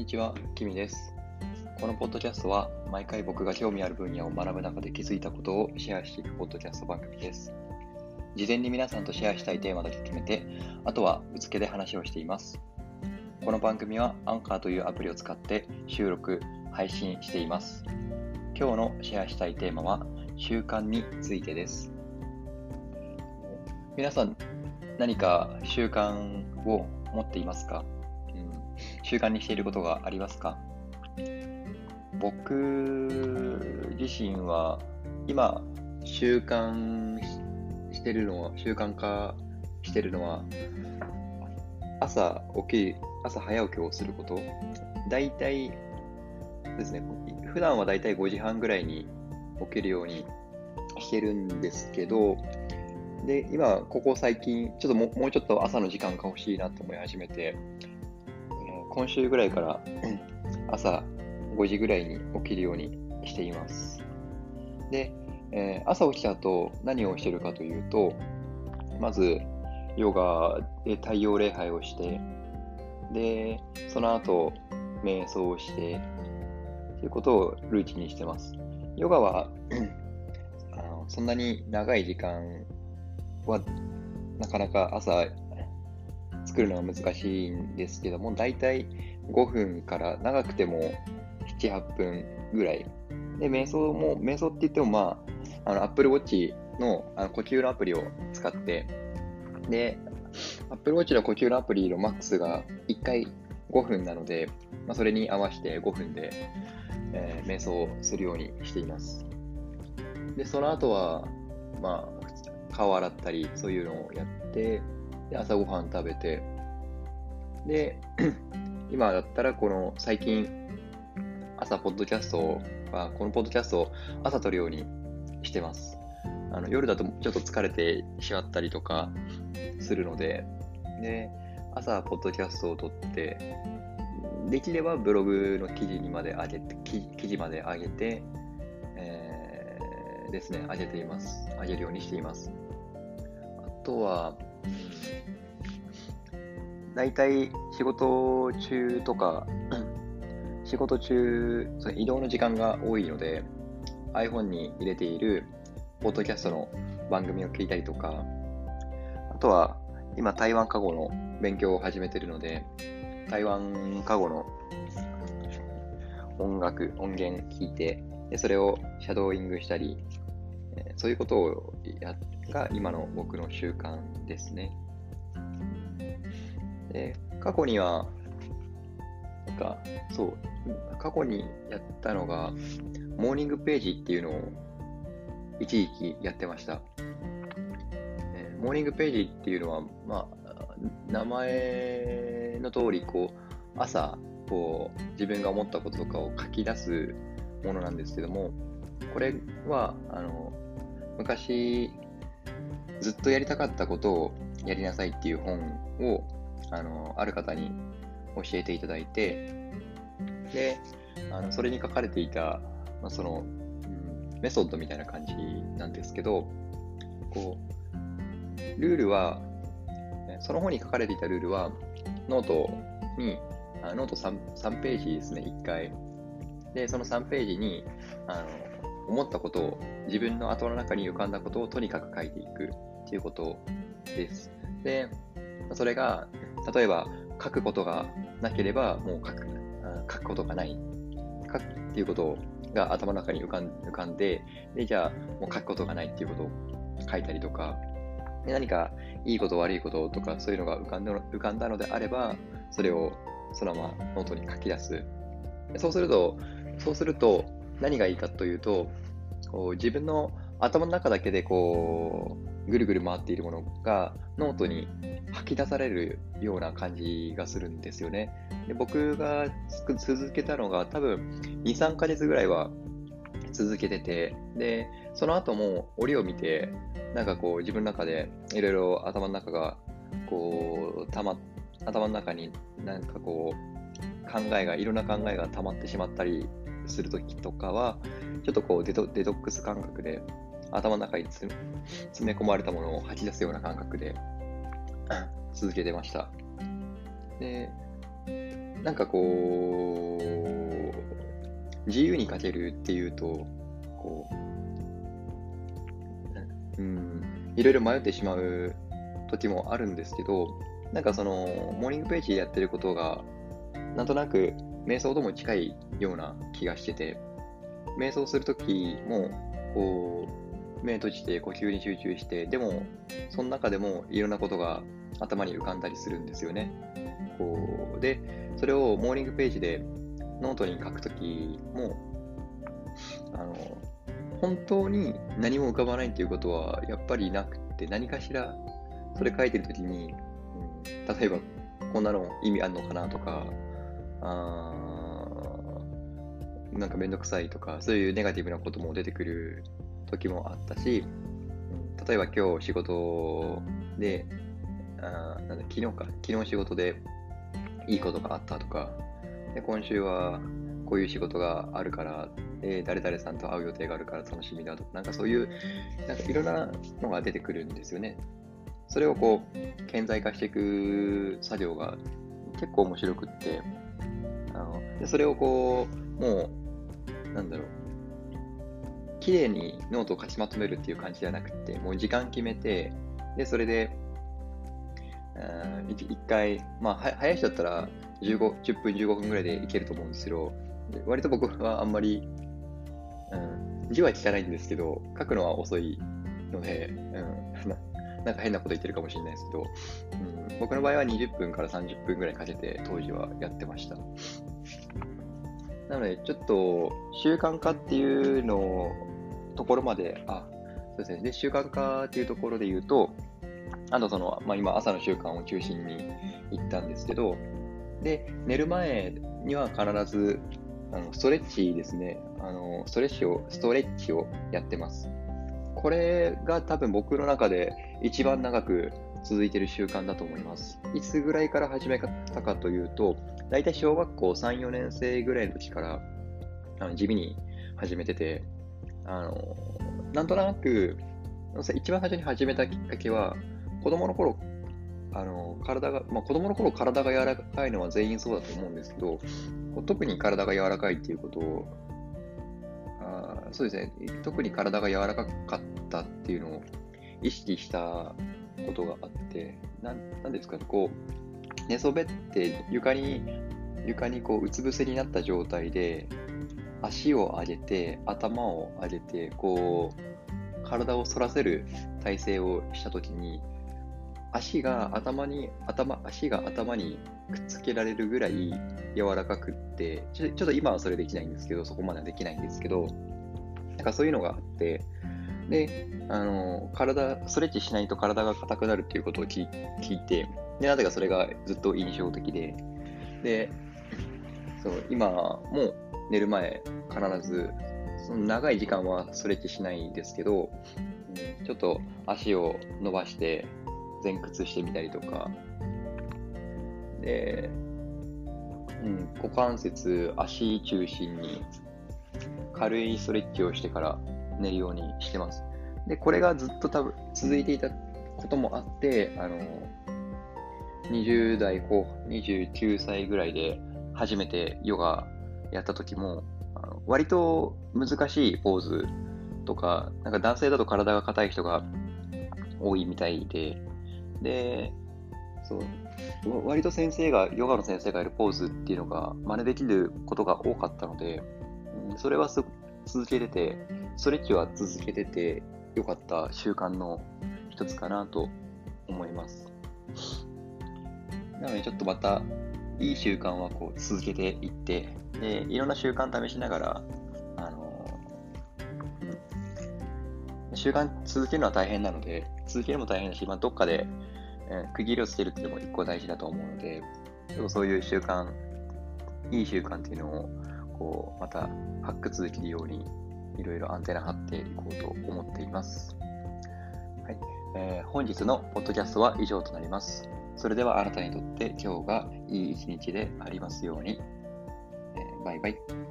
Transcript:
ちは、キミです。このポッドキャストは、毎回僕が興味ある分野を学ぶ中で気づいたことをシェアしていくポッドキャスト番組です。事前に皆さんとシェアしたいテーマだけ決めて、あとはぶつけで話をしています。この番組はアンカーというアプリを使って収録、配信しています。今日のシェアしたいテーマは、習慣についてです。皆さん、何か習慣を持っていますか？習慣にしていることがありますか？僕自身は今習慣化してるのは朝早起きをすること。だいたいですね、普段はだいたい5時半ぐらいに起きるようにしてるんですけど、で今ここ最近ちょっともうちょっと朝の時間が欲しいなと思い始めて、今週ぐらいから朝5時ぐらいに起きるようにしています。で、朝起きた後何をしているかというと、まずヨガで太陽礼拝をして、でその後瞑想をしてということをルーチンにしてます。ヨガはそんなに長い時間はなかなか朝作るのは難しいんですけども、だいたい5分から長くても7、8分ぐらい。で、瞑想って言っても、Apple Watch の呼吸のアプリを使って、で、Apple Watch の呼吸のアプリのマックスが1回5分なので、それに合わせて5分で、瞑想するようにしています。で、その後は、顔洗ったり、そういうのをやって、で朝ごはん食べて、で、今だったら最近このポッドキャストを朝撮るようにしてます。夜だとちょっと疲れてしまったりとかするので、朝ポッドキャストを撮って、できればブログの記事まで上げて、ですね、上げるようにしています。あとは、だいたい仕事中、移動の時間が多いので、iPhone に入れているポッドキャストの番組を聞いたりとか、あとは今台湾過去の勉強を始めているので、台湾過去の音源聞いて、でそれをシャドーイングしたり、そういうことが今の僕の習慣ですね。で過去にやったのがモーニングページっていうのを一時期やってました。モーニングページっていうのは、名前の通り朝自分が思ったこととかを書き出すものなんですけども、これは昔ずっとやりたかったことをやりなさいっていう本をある方に教えていただいて、でそれに書かれていた、メソッドみたいな感じなんですけど、ルールは、その本に書かれていたルールはノート3ページですね、1回。で、その3ページに思ったことを、自分の頭の中に浮かんだことをとにかく書いていくということです。で、それが例えば書くことがなければもう書くことがない。書くっていうことが頭の中に浮かんで、じゃあもう書くことがないっていうことを書いたりとか、で何かいいこと悪いこととかそういうのが浮かんだのであれば、それをそのままノートに書き出す。そうすると何がいいかというと、自分の頭の中だけでぐるぐる回っているものがノートに吐き出されるような感じがするんですよね。で僕が続けたのが多分2、3ヶ月ぐらいは続けてて、でその後も折を見て、自分の中でいろいろ頭の中が頭の中にいろんな考えが溜まってしまったりするときとかは、ちょっとデトックス感覚で頭の中に詰め込まれたものを吐き出すような感覚で続けてました。で、 なんかこう、自由に書けるっていうと、こう、いろいろ迷ってしまう時もあるんですけど、なんかその、モーニングページでやってることが、なんとなく瞑想とも近いような気がしてて、瞑想するときも、こう、目閉じて呼吸に集中して、でも、その中でもいろんなことが頭に浮かんだりするんですよね。こう、で、それをモーニングページでノートに書くときも、本当に何も浮かばないっていうことはやっぱりなくて、何かしらそれ書いてるときに、例えばこんなの意味あるのかなとか、なんかめんどくさいとか、そういうネガティブなことも出てくる時もあったし、例えば今日仕事で、昨日仕事でいいことがあったとか、で今週はこういう仕事があるから、誰々さんと会う予定があるから楽しみだとか、なんかそういう、なんかいろんなのが出てくるんですよね。それをこう、顕在化していく作業が結構面白くって、でそれをこう、もう、なんだろう、綺麗にノートを書きまとめるっていう感じじゃなくて、もう時間決めて、で、それで、一回、早い人だったら10分、15分ぐらいでいけると思うんですけど、割と僕はあんまり、字は聞かないんですけど、書くのは遅いので、なんか変なこと言ってるかもしれないですけど、僕の場合は20分から30分ぐらいかけて当時はやってました。なので、ちょっと習慣化っていうのところまで、そうですね。で、習慣化っていうところで言うと、あと今朝の習慣を中心に言ったんですけど、で、寝る前には必ず、ストレッチですね。ストレッチをやってます。これが多分僕の中で一番長く続いている習慣だと思います。いつぐらいから始めたかというと、だいたい小学校3、4年生ぐらいの時から地味に始めてて、なんとなく、一番最初に始めたきっかけは、子供の頃、子供の頃体が柔らかいのは全員そうだと思うんですけど、特に体が柔らかいっていうことを、そうですね、特に体が柔らかかったっていうのを意識したことがあって、なんですかね、こう、寝そべって床にこううつ伏せになった状態で、足を上げて、頭を上げて、こう、体を反らせる体勢をしたときに、足が頭にくっつけられるぐらい柔らかくって、ちょっと今はそれできないんですけど、そこまではできないんですけど、なんかそういうのがあって、で、ストレッチしないと体が硬くなるっていうことを聞いて、で、なぜかそれがずっと印象的で、今も寝る前必ず、その長い時間はストレッチしないんですけど、ちょっと足を伸ばして前屈してみたりとか、で、股関節、足中心に軽いストレッチをしてから寝るようにしてます。で、これがずっと多分続いていたこともあって、20代後半、29歳ぐらいで初めてヨガやった時も、割と難しいポーズとか、なんか男性だと体が硬い人が多いみたいで、割とヨガの先生がやるポーズっていうのが真似できることが多かったので、それは続けてて、ストレッチは続けててよかった習慣の一つかなと思います。なのでちょっとまたいい習慣はこう続けていって、で、いろんな習慣試しながら、習慣続けるのは大変なので、続けるのも大変だし、どっかで、区切りをつけるっていうのも一個大事だと思うので、ちょっとそういういい習慣っていうのを、こう、また発掘できるように、いろいろアンテナ張っていこうと思っています。はい。本日のポッドキャストは以上となります。それではあなたにとって今日がいい一日でありますように。バイバイ。